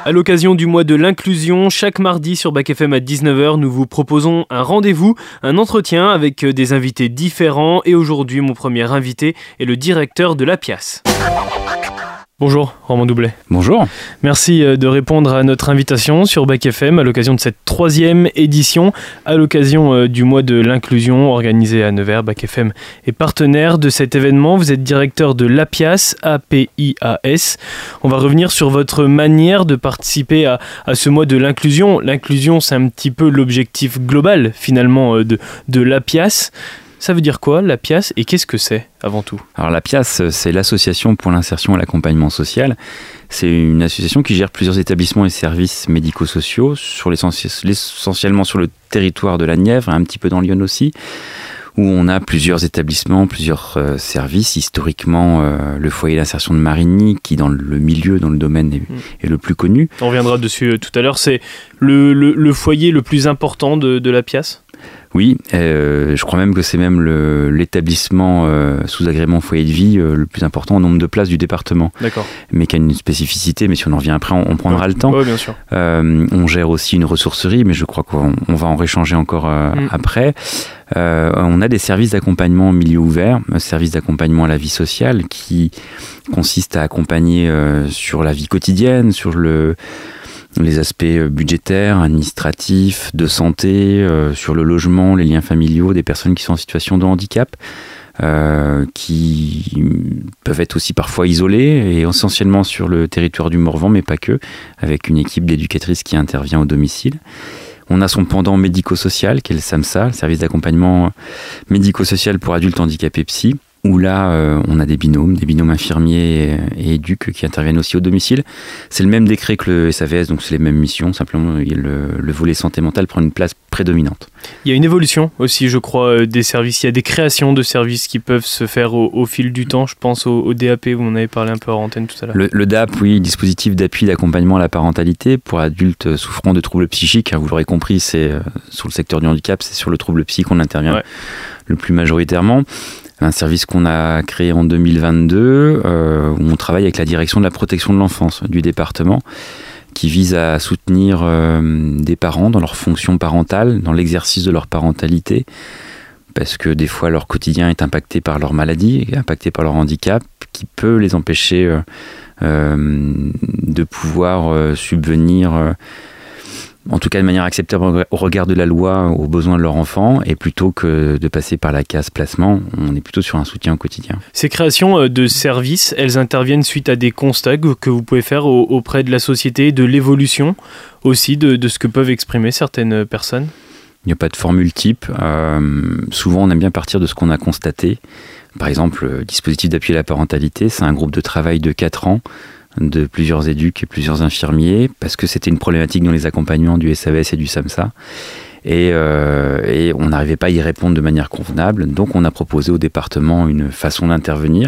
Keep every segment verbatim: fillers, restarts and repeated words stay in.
À l'occasion du mois de l'inclusion, chaque mardi sur Bac F M à dix-neuf heures, nous vous proposons un rendez-vous, un entretien avec des invités différents. Et aujourd'hui, mon premier invité est le directeur de l'A P I A S. Bonjour, Romain Doublet. Bonjour. Merci de répondre à notre invitation sur Bac F M à l'occasion de cette troisième édition, à l'occasion du mois de l'inclusion organisé à Nevers. Bac F M est partenaire de cet événement. Vous êtes directeur de l'A P I A S, A P I A S. On va revenir sur votre manière de participer à, à ce mois de l'inclusion. L'inclusion, c'est un petit peu l'objectif global finalement de, de l'A P I A S. Ça veut dire quoi, l'A P I A S, et qu'est-ce que c'est, avant tout ? Alors, l'A P I A S, c'est l'Association pour l'insertion et l'accompagnement social. C'est une association qui gère plusieurs établissements et services médico-sociaux, sur essentiellement sur le territoire de la Nièvre, un petit peu dans Lyon aussi, où on a plusieurs établissements, plusieurs euh, services. Historiquement, euh, le foyer d'insertion de Marigny, qui dans le milieu, dans le domaine, est, mmh. est le plus connu. On reviendra dessus euh, tout à l'heure. C'est le, le, le foyer le plus important de, de l'A P I A S ? Oui, euh, je crois même que c'est même le, l'établissement euh, sous agrément foyer de vie euh, le plus important en nombre de places du département. D'accord. Mais qui a une spécificité, mais si on en revient après, on, on prendra ouais. le temps. Oui, bien sûr. Euh, on gère aussi une ressourcerie, mais je crois qu'on on va en réchanger encore euh, mmh. après. Euh, on a des services d'accompagnement en milieu ouvert, un service d'accompagnement à la vie sociale qui consiste à accompagner euh, sur la vie quotidienne, sur le... les aspects budgétaires, administratifs, de santé, euh, sur le logement, les liens familiaux des personnes qui sont en situation de handicap, euh, qui peuvent être aussi parfois isolées, et essentiellement sur le territoire du Morvan, mais pas que, avec une équipe d'éducatrices qui intervient au domicile. On a son pendant médico-social, qui est le SAMSA, le service d'accompagnement médico-social pour adultes handicapés psy, où là, euh, on a des binômes, des binômes infirmiers et, et éduques qui interviennent aussi au domicile. C'est le même décret que le S A V S, donc c'est les mêmes missions, simplement le, le volet santé mentale prend une place prédominante. Il y a une évolution aussi, je crois, des services. Il y a des créations de services qui peuvent se faire au, au fil du temps. Je pense au, au D A P, vous en avez parlé un peu hors antenne tout à l'heure. Le, le D A P, oui, dispositif d'appui d'accompagnement à la parentalité pour adultes souffrant de troubles psychiques. Vous l'aurez compris, c'est euh, sur le secteur du handicap, c'est sur le trouble psy qu'on intervient ouais. le plus majoritairement. Un service qu'on a créé en deux mille vingt-deux, euh, où on travaille avec la direction de la protection de l'enfance du département, qui vise à soutenir euh, des parents dans leur fonction parentale, dans l'exercice de leur parentalité, parce que des fois leur quotidien est impacté par leur maladie, impacté par leur handicap, qui peut les empêcher euh, euh, de pouvoir euh, subvenir... Euh, en tout cas de manière acceptable au regard de la loi, aux besoins de leur enfant, et plutôt que de passer par la case placement, on est plutôt sur un soutien au quotidien. Ces créations de services, elles interviennent suite à des constats que vous pouvez faire auprès de la société, de l'évolution aussi de, de ce que peuvent exprimer certaines personnes ? Il n'y a pas de formule type. Euh, souvent, on aime bien partir de ce qu'on a constaté. Par exemple, le dispositif d'appui à la parentalité, c'est un groupe de travail de quatre ans, de plusieurs éduques et plusieurs infirmiers, parce que c'était une problématique dans les accompagnements du S A V S et du SAMSA. Et, euh, et on n'arrivait pas à y répondre de manière convenable. Donc on a proposé au département une façon d'intervenir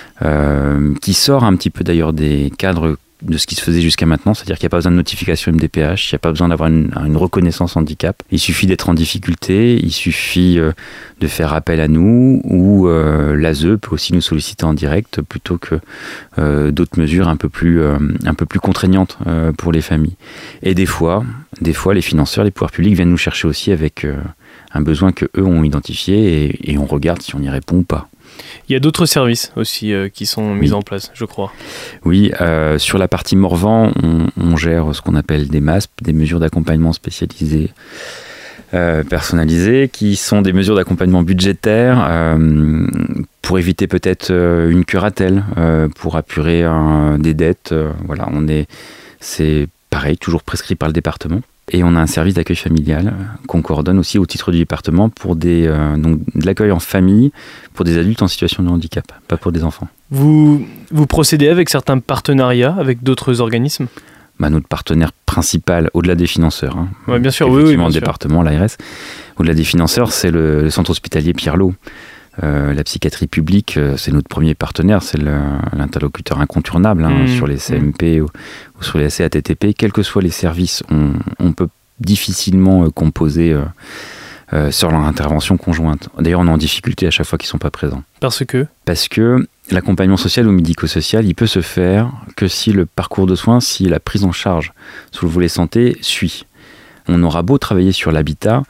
euh, qui sort un petit peu d'ailleurs des cadres de ce qui se faisait jusqu'à maintenant, c'est-à-dire qu'il n'y a pas besoin de notification M D P H, il n'y a pas besoin d'avoir une, une reconnaissance handicap. Il suffit d'être en difficulté, il suffit euh, de faire appel à nous, ou euh, l'A S E peut aussi nous solliciter en direct plutôt que euh, d'autres mesures un peu plus, euh, un peu plus contraignantes euh, pour les familles. Et des fois, des fois, les financeurs, les pouvoirs publics viennent nous chercher aussi avec euh, un besoin qu'eux ont identifié, et, et on regarde si on y répond ou pas. Il y a d'autres services aussi euh, qui sont mis oui. en place, je crois. Oui, euh, sur la partie Morvan, on, on gère ce qu'on appelle des M A S P, des mesures d'accompagnement spécialisées, euh, personnalisées, qui sont des mesures d'accompagnement budgétaire euh, pour éviter peut-être euh, une curatelle, euh, pour apurer un, des dettes. Euh, voilà, on est, c'est pareil, toujours prescrit par le département. Et on a un service d'accueil familial qu'on coordonne aussi au titre du département pour des, euh, donc de l'accueil en famille pour des adultes en situation de handicap, pas pour des enfants. Vous, vous procédez avec certains partenariats avec d'autres organismes ? Bah, notre partenaire principal, au-delà des financeurs, hein, ouais, bien sûr, oui, oui, bien le sûr. département, l'A R S, au-delà des financeurs, c'est le, le centre hospitalier Pierre-Lot. Euh, la psychiatrie publique, euh, c'est notre premier partenaire, c'est le, l'interlocuteur incontournable hein, mmh, sur les C M P mmh. ou, ou sur les C A T T P. Quels que soient les services, on, on peut difficilement euh, composer euh, euh, sur leur intervention conjointe. D'ailleurs, on est en difficulté à chaque fois qu'ils ne sont pas présents. Parce que Parce que l'accompagnement social ou médico-social, il peut se faire que si le parcours de soins, si la prise en charge sous le volet santé suit. On aura beau travailler sur l'habitat,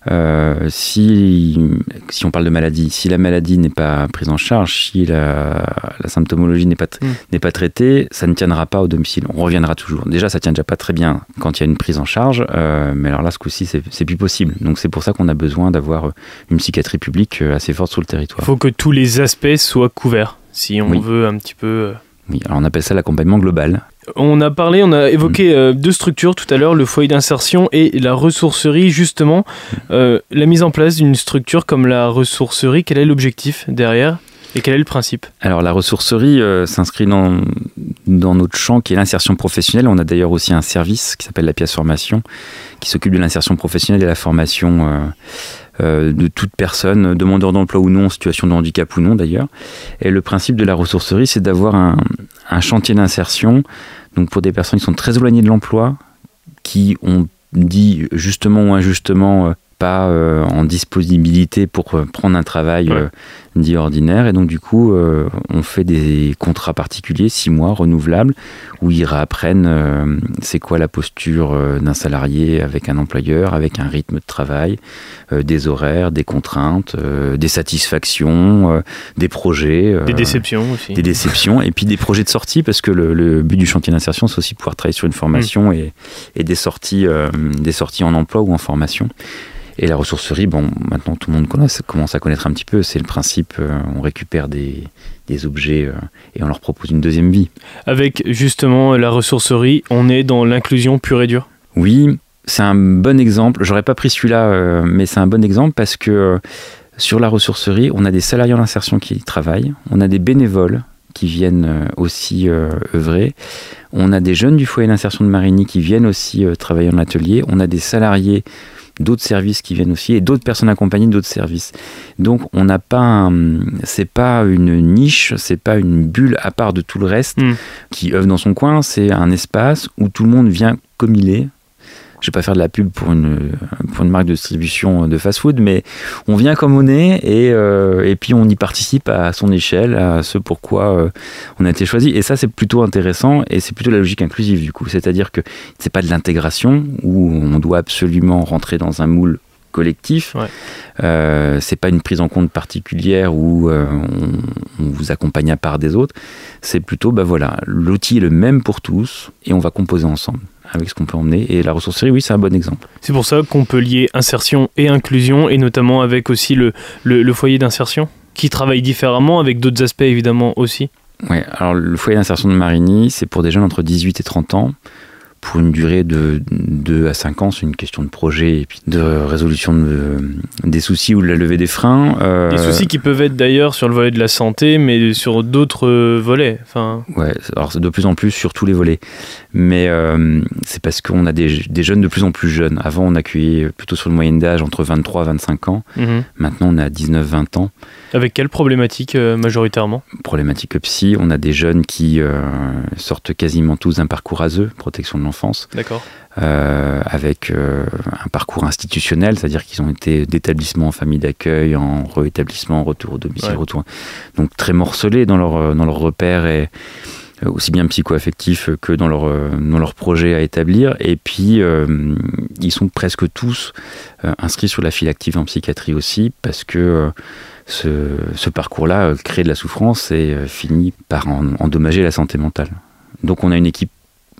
euh, si, si on parle de maladie, si la maladie n'est pas prise en charge, si la, la symptomologie n'est pas, mmh. n'est pas traitée, ça ne tiendra pas au domicile. On reviendra toujours. Déjà, ça ne tient déjà pas très bien quand il y a une prise en charge, euh, mais alors là, ce coup-ci, c'est, c'est plus possible. Donc c'est pour ça qu'on a besoin d'avoir une psychiatrie publique assez forte sur le territoire. Il faut que tous les aspects soient couverts, si on oui. veut un petit peu... Oui, alors on appelle ça l'accompagnement global. On a parlé, on a évoqué euh, deux structures tout à l'heure, le foyer d'insertion et la ressourcerie. Justement, euh, la mise en place d'une structure comme la ressourcerie, quel est l'objectif derrière et quel est le principe ? Alors la ressourcerie euh, s'inscrit dans, dans notre champ qui est l'insertion professionnelle. On a d'ailleurs aussi un service qui s'appelle la pièce formation qui s'occupe de l'insertion professionnelle et la formation euh, euh, de toute personne, demandeur d'emploi ou non, en situation de handicap ou non d'ailleurs. Et le principe de la ressourcerie, c'est d'avoir un, un chantier d'insertion. Donc pour des personnes qui sont très éloignées de l'emploi, qui ont dit justement ou injustement pas euh, en disponibilité pour euh, prendre un travail euh, dit ordinaire. Et donc du coup, euh, on fait des contrats particuliers, six mois, renouvelables, où ils réapprennent euh, c'est quoi la posture euh, d'un salarié avec un employeur, avec un rythme de travail, euh, des horaires, des contraintes, euh, des satisfactions, euh, des projets. Euh, des déceptions aussi. Des déceptions, et puis des projets de sortie, parce que le, le but du chantier d'insertion, c'est aussi pouvoir travailler sur une formation mmh. et, et des, sorties, euh, des sorties en emploi ou en formation. Et la ressourcerie, bon, maintenant tout le monde connaisse, commence à connaître un petit peu, c'est le principe, euh, on récupère des, des objets euh, et on leur propose une deuxième vie. Avec justement la ressourcerie, on est dans l'inclusion pure et dure. Oui, c'est un bon exemple, j'aurais pas pris celui-là, euh, mais c'est un bon exemple parce que euh, sur la ressourcerie, on a des salariés en insertion qui travaillent, on a des bénévoles qui viennent euh, aussi euh, œuvrer, on a des jeunes du foyer d'insertion de Marigny qui viennent aussi euh, travailler en atelier, on a des salariés d'autres services qui viennent aussi et d'autres personnes accompagnées d'autres services. Donc on n'a pas un, c'est pas une niche, c'est pas une bulle à part de tout le reste mmh. qui œuvre dans son coin, c'est un espace où tout le monde vient comme il est. Je vais pas faire de la pub pour une, pour une marque de distribution de fast-food, mais on vient comme on est et, euh, et puis on y participe à son échelle, à ce pourquoi euh, on a été choisi. Et ça, c'est plutôt intéressant et c'est plutôt la logique inclusive du coup. C'est-à-dire que c'est pas de l'intégration où on doit absolument rentrer dans un moule collectif. Ouais. Euh, c'est pas une prise en compte particulière où euh, on, on vous accompagne à part des autres. C'est plutôt, bah voilà, l'outil est le même pour tous et on va composer ensemble avec ce qu'on peut emmener. Et la ressourcerie, oui, c'est un bon exemple. C'est pour ça qu'on peut lier insertion et inclusion, et notamment avec aussi le, le, le foyer d'insertion, qui travaille différemment, avec d'autres aspects évidemment aussi. Oui, alors le foyer d'insertion de Marigny, c'est pour des jeunes entre dix-huit et trente ans, pour une durée de deux à cinq ans, c'est une question de projet et puis de résolution de, des soucis ou de la levée des freins. Euh... Des soucis qui peuvent être d'ailleurs sur le volet de la santé, mais sur d'autres volets. Enfin... Ouais, alors c'est de plus en plus sur tous les volets. Mais euh, c'est parce qu'on a des, des jeunes de plus en plus jeunes. Avant, on accueillait plutôt sur une moyenne d'âge entre vingt-trois et vingt-cinq ans. Mmh. Maintenant, on est à dix-neuf à vingt ans. Avec quelle problématique euh, majoritairement ? Problématique psy. On a des jeunes qui euh, sortent quasiment tous d'un parcours A S E, protection de l'enfance. D'accord. Euh, avec euh, un parcours institutionnel, c'est-à-dire qu'ils ont été d'établissement en famille d'accueil, en réétablissement, retour au domicile, ouais. retour. Donc très morcelés dans leur, dans leur repère et aussi bien psycho-affectif que dans leur, dans leur projet à établir. Et puis, euh, ils sont presque tous euh, inscrits sur la file active en psychiatrie aussi, parce que euh, ce, ce parcours-là crée de la souffrance et euh, finit par en, endommager la santé mentale. Donc on a une équipe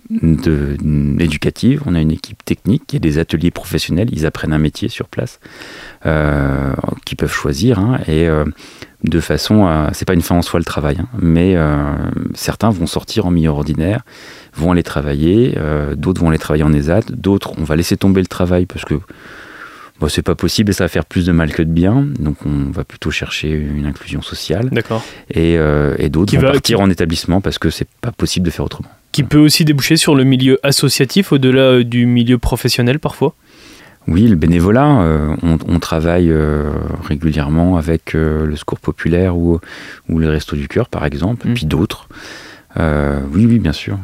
de, éducative, on a une équipe technique, il y a des ateliers professionnels, ils apprennent un métier sur place, euh, qu'ils peuvent choisir, hein, et euh, de façon à... C'est pas une fin en soi le travail, hein, mais euh, certains vont sortir en milieu ordinaire, vont aller travailler, euh, d'autres vont aller travailler en ESAT, d'autres on va laisser tomber le travail parce que bon, c'est pas possible et ça va faire plus de mal que de bien, donc on va plutôt chercher une inclusion sociale. D'accord. Et, euh, et d'autres qui vont va, partir qui... en établissement parce que c'est pas possible de faire autrement. Qui peut aussi déboucher sur le milieu associatif au-delà du milieu professionnel parfois ? Oui, le bénévolat, euh, on, on travaille euh, régulièrement avec euh, le Secours Populaire ou, ou les Restos du Cœur par exemple, mmh. puis d'autres. Euh, oui, oui, bien sûr.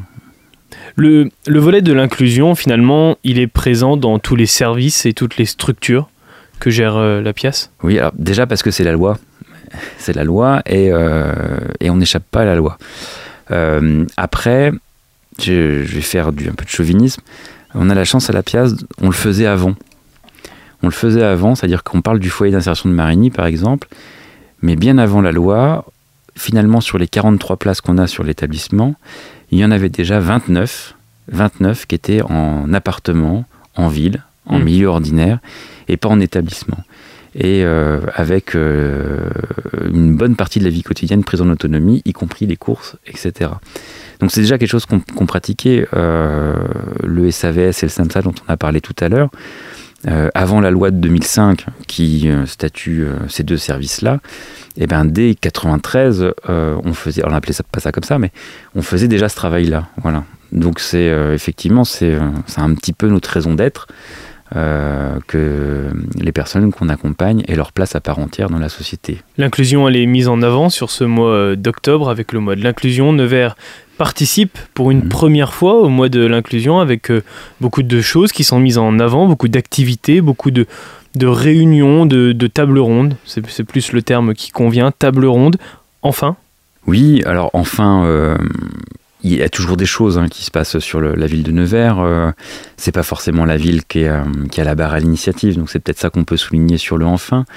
Le, le volet de l'inclusion, finalement, il est présent dans tous les services et toutes les structures. que gère euh, la Piace ? Oui, alors déjà parce que c'est la loi. C'est la loi et, euh, et on n'échappe pas à la loi. Euh, après, je, je vais faire du, un peu de chauvinisme. On a la chance à la Piace, on le faisait avant. On le faisait avant, c'est-à-dire qu'on parle du foyer d'insertion de Marigny, par exemple, mais bien avant la loi, finalement, sur les quarante-trois places qu'on a sur l'établissement, il y en avait déjà vingt-neuf, vingt-neuf qui étaient en appartement, en ville, en mmh. milieu ordinaire, et pas en établissement. Et euh, avec euh, une bonne partie de la vie quotidienne prise en autonomie, y compris les courses, et cetera. Donc c'est déjà quelque chose qu'on, qu'on pratiquait, euh, le S A V S et le SAMSA dont on a parlé tout à l'heure, euh, avant la loi de deux mille cinq qui euh, statue euh, ces deux services-là, et ben dès quatre-vingt-treize, euh, on faisait, alors on appelait ça pas ça comme ça, mais on faisait déjà ce travail-là, voilà. Donc c'est euh, effectivement c'est, euh, c'est un petit peu notre raison d'être. Euh, que les personnes qu'on accompagne aient leur place à part entière dans la société. L'inclusion, elle est mise en avant sur ce mois d'octobre avec le mois de l'inclusion. Nevers participe pour une mmh. première fois au mois de l'inclusion avec euh, beaucoup de choses qui sont mises en avant, beaucoup d'activités, beaucoup de, de réunions, de, de tables rondes. C'est, c'est plus le terme qui convient, table ronde. Enfin ? Oui, alors enfin... Euh... Il y a toujours des choses hein, qui se passent sur le, la ville de Nevers. Euh, c'est pas forcément la ville qui est, euh, qui a la barre à l'initiative, donc c'est peut-être ça qu'on peut souligner sur le enfin.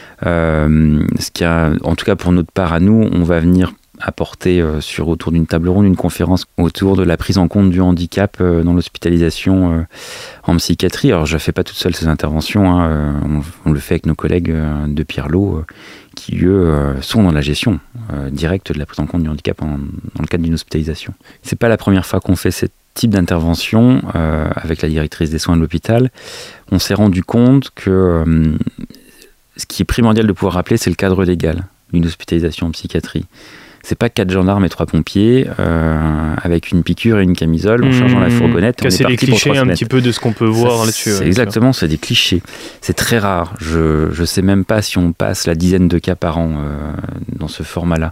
Euh, ce qui a, en tout cas pour notre part à nous, on va venir apporter euh, sur autour d'une table ronde une conférence autour de la prise en compte du handicap euh, dans l'hospitalisation euh, en psychiatrie. Alors je ne fais pas toute seule ces interventions, hein, euh, on, on le fait avec nos collègues euh, de Pierrelot, euh, qui eux euh, sont dans la gestion euh, directe de la prise en compte du handicap en, dans le cadre d'une hospitalisation. C'est pas la première fois qu'on fait ce type d'intervention euh, avec la directrice des soins de l'hôpital. On s'est rendu compte que euh, ce qui est primordial de pouvoir rappeler, c'est le cadre légal d'une hospitalisation en psychiatrie. C'est pas quatre gendarmes et trois pompiers euh, avec une piqûre et une camisole en mmh, chargeant la fourgonnette. Casser les clichés un petit peu de ce qu'on peut voir ça, là-dessus. C'est ouais, exactement, c'est des clichés. C'est très rare. Je je sais même pas si on passe la dizaine de cas par an euh, dans ce format-là.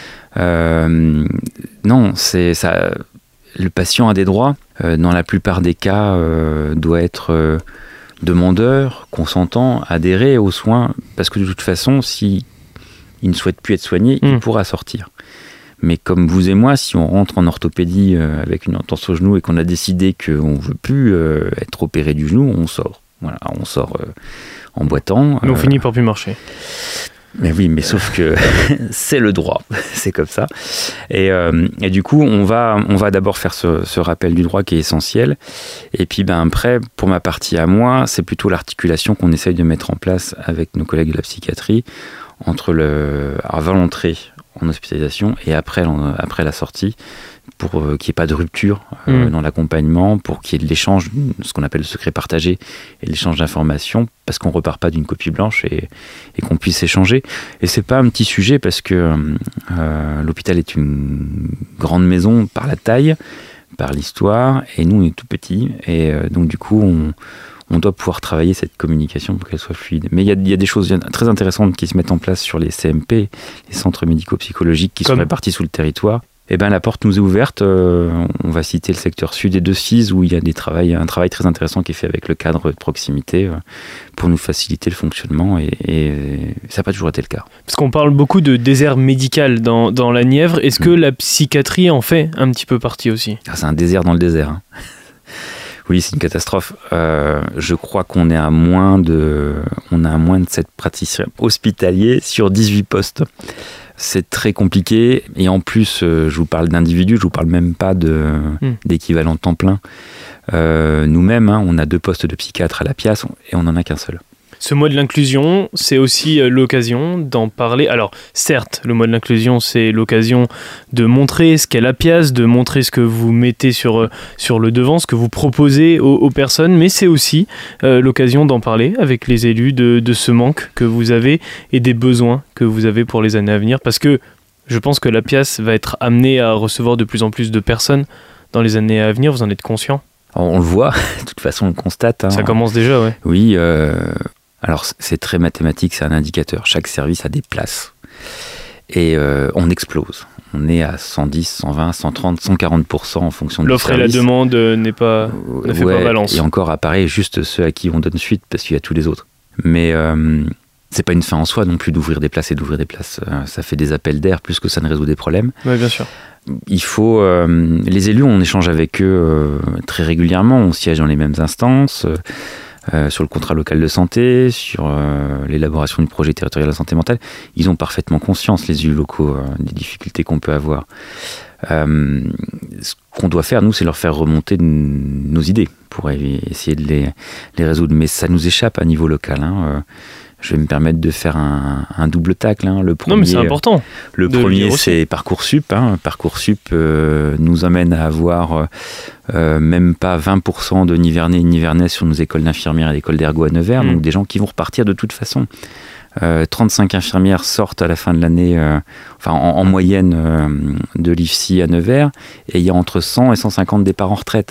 Euh, non, c'est ça. Le patient a des droits. Euh, dans la plupart des cas, euh, doit être euh, demandeur, consentant, adhérer aux soins, parce que de toute façon, si il ne souhaite plus être soigné, mmh. il pourra sortir. Mais comme vous et moi, si on rentre en orthopédie euh, avec une entorse au genou et qu'on a décidé qu'on ne veut plus euh, être opéré du genou, on sort. Voilà, on sort euh, en boitant. Mais on euh, finit par plus marcher. Mais oui, mais sauf que c'est le droit, c'est comme ça. Et, euh, et du coup, on va, on va d'abord faire ce, ce rappel du droit qui est essentiel. Et puis ben, après, pour ma partie à moi, c'est plutôt l'articulation qu'on essaye de mettre en place avec nos collègues de la psychiatrie entre le, avant l'entrée en hospitalisation et après, après la sortie, pour euh, qu'il n'y ait pas de rupture euh, mmh. dans l'accompagnement, pour qu'il y ait de l'échange, ce qu'on appelle le secret partagé, et l'échange d'informations, parce qu'on ne repart pas d'une copie blanche et, et qu'on puisse échanger. Et ce n'est pas un petit sujet, parce que euh, l'hôpital est une grande maison par la taille, par l'histoire, et nous, on est tout petits, et euh, donc du coup, on, on doit pouvoir travailler cette communication pour qu'elle soit fluide. Mais il y a, il y a des choses très intéressantes qui se mettent en place sur les C M P, les centres médico-psychologiques qui Comme... sont répartis sous le territoire. Eh ben, la porte nous est ouverte. Euh, on va citer le secteur sud et de Cise où il y a des travail, un travail très intéressant qui est fait avec le cadre de proximité euh, pour nous faciliter le fonctionnement et, et ça n'a pas toujours été le cas. Parce qu'on parle beaucoup de désert médical dans, dans la Nièvre. Est-ce que mmh. la psychiatrie en fait un petit peu partie aussi ? Ah, c'est un désert dans le désert. Hein. Oui, c'est une catastrophe. Euh, je crois qu'on est à moins de, on a à moins de sept praticiens hospitaliers sur dix-huit postes. C'est très compliqué et en plus, euh, je vous parle d'individus, je vous parle même pas de, mmh. d'équivalent temps plein. Euh, nous-mêmes, hein, on a deux postes de psychiatre à la Piace et on n'en a qu'un seul. Ce mois de l'inclusion, c'est aussi l'occasion d'en parler. Alors, certes, le mois de l'inclusion, c'est l'occasion de montrer ce qu'est la Piace, de montrer ce que vous mettez sur, sur le devant, ce que vous proposez aux, aux personnes, mais c'est aussi euh, l'occasion d'en parler avec les élus de, de ce manque que vous avez et des besoins que vous avez pour les années à venir. Parce que je pense que la Piace va être amenée à recevoir de plus en plus de personnes dans les années à venir. Vous en êtes conscient ? On le voit, de toute façon, on le constate. Hein. Ça commence déjà, ouais. Oui, euh... alors c'est très mathématique, c'est un indicateur. Chaque service a des places. Et euh, on explose. On est à cent dix, cent vingt, cent trente, cent quarante pour cent en fonction du L'offre service. L'offre et la demande n'est pas, ne fait ouais, pas balance. Et encore apparaît juste ceux à qui on donne suite parce qu'il y a tous les autres. Mais euh, c'est pas une fin en soi non plus d'ouvrir des places et d'ouvrir des places. Euh, ça fait des appels d'air plus que ça ne résout des problèmes. Oui, bien sûr. Il faut... Euh, les élus, on échange avec eux euh, très régulièrement. On siège dans les mêmes instances, euh, sur le contrat local de santé, sur euh, l'élaboration du projet territorial de la santé mentale. Ils ont parfaitement conscience, les élus locaux, euh, des difficultés qu'on peut avoir. Euh, ce qu'on doit faire, nous, c'est leur faire remonter nos idées pour essayer de les, les résoudre. Mais ça nous échappe à niveau local. Hein. Euh, je vais me permettre de faire un, un double tacle. Hein. Le premier, non, mais c'est important. Le premier, le c'est Parcoursup. Hein. Parcoursup euh, nous amène à avoir euh, même pas vingt pour cent de Nivernais et Nivernaises sur nos écoles d'infirmières et d'écoles d'ergo à Nevers. Mmh. Donc des gens qui vont repartir de toute façon. Euh, trente-cinq infirmières sortent à la fin de l'année, euh, enfin en, en moyenne euh, de l'I F S I à Nevers, et il y a entre cent et cent cinquante départs en retraite.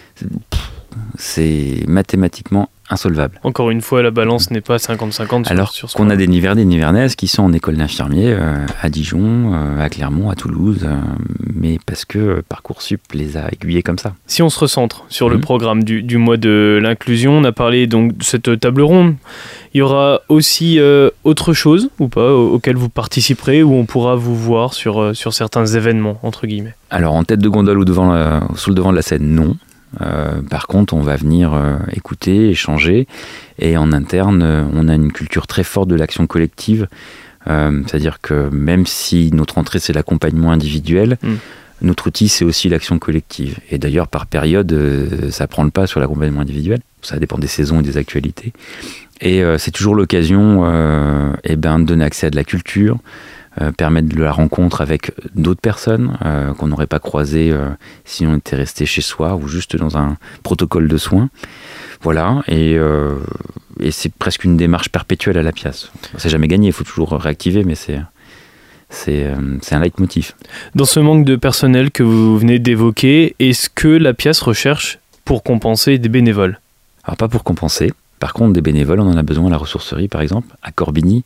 C'est mathématiquement insolvable. Encore une fois, la balance n'est pas cinquante cinquante. Sur, Alors sur ce qu'on point. a des Nivernais et Nivernaises qui sont en école d'infirmier euh, à Dijon, euh, à Clermont, à Toulouse, euh, mais parce que Parcoursup les a aiguillés comme ça. Si on se recentre sur mmh. le programme du, du mois de l'inclusion, on a parlé donc de cette table ronde. Il y aura aussi euh, autre chose ou pas auquel vous participerez, où on pourra vous voir sur, euh, sur certains événements, entre guillemets. Alors en tête de gondole ou devant la, sous le devant de la scène, non. Euh, par contre, on va venir euh, écouter, échanger, et en interne, euh, on a une culture très forte de l'action collective, euh, c'est-à-dire que même si notre entrée c'est l'accompagnement individuel, mmh. notre outil c'est aussi l'action collective. Et d'ailleurs, par période, euh, ça prend le pas sur l'accompagnement individuel, ça dépend des saisons et des actualités. Et euh, c'est toujours l'occasion euh, eh ben, de donner accès à de la culture, Euh, permettre de la rencontre avec d'autres personnes euh, qu'on n'aurait pas croisées euh, si on était resté chez soi ou juste dans un protocole de soins. Voilà, et, euh, et c'est presque une démarche perpétuelle à la Piace. C'est jamais gagné, il faut toujours réactiver, mais c'est, c'est, euh, c'est un leitmotiv. Dans ce manque de personnel que vous venez d'évoquer, est-ce que la Piace recherche pour compenser des bénévoles ? Alors pas pour compenser, par contre des bénévoles, on en a besoin à la ressourcerie par exemple, à Corbigny,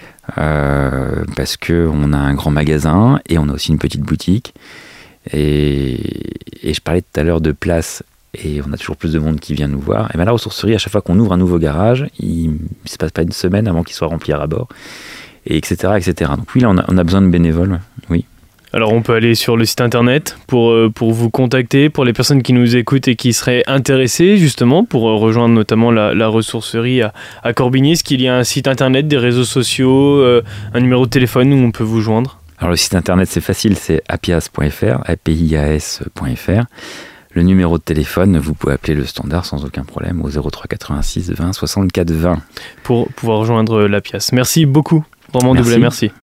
Euh, parce qu'on a un grand magasin et on a aussi une petite boutique et, et je parlais tout à l'heure de place et on a toujours plus de monde qui vient nous voir. Et bien la ressourcerie, à chaque fois qu'on ouvre un nouveau garage, il ne se passe pas une semaine avant qu'il soit rempli à ras-bord, et etc., etc. Donc oui, là on a, on a besoin de bénévoles, oui. Alors on peut aller sur le site internet pour, pour vous contacter, pour les personnes qui nous écoutent et qui seraient intéressées justement pour rejoindre notamment la, la ressourcerie à, à Corbigny. Est-ce qu'il y a un site internet, des réseaux sociaux, euh, un numéro de téléphone où on peut vous joindre ? Alors le site internet c'est facile, c'est apias point f r, a p i a s point f r. Le numéro de téléphone, vous pouvez appeler le standard sans aucun problème au zéro trois quatre-vingt-six vingt soixante-quatre vingt. Pour pouvoir rejoindre la Piace. Merci beaucoup, vraiment Merci. double merci.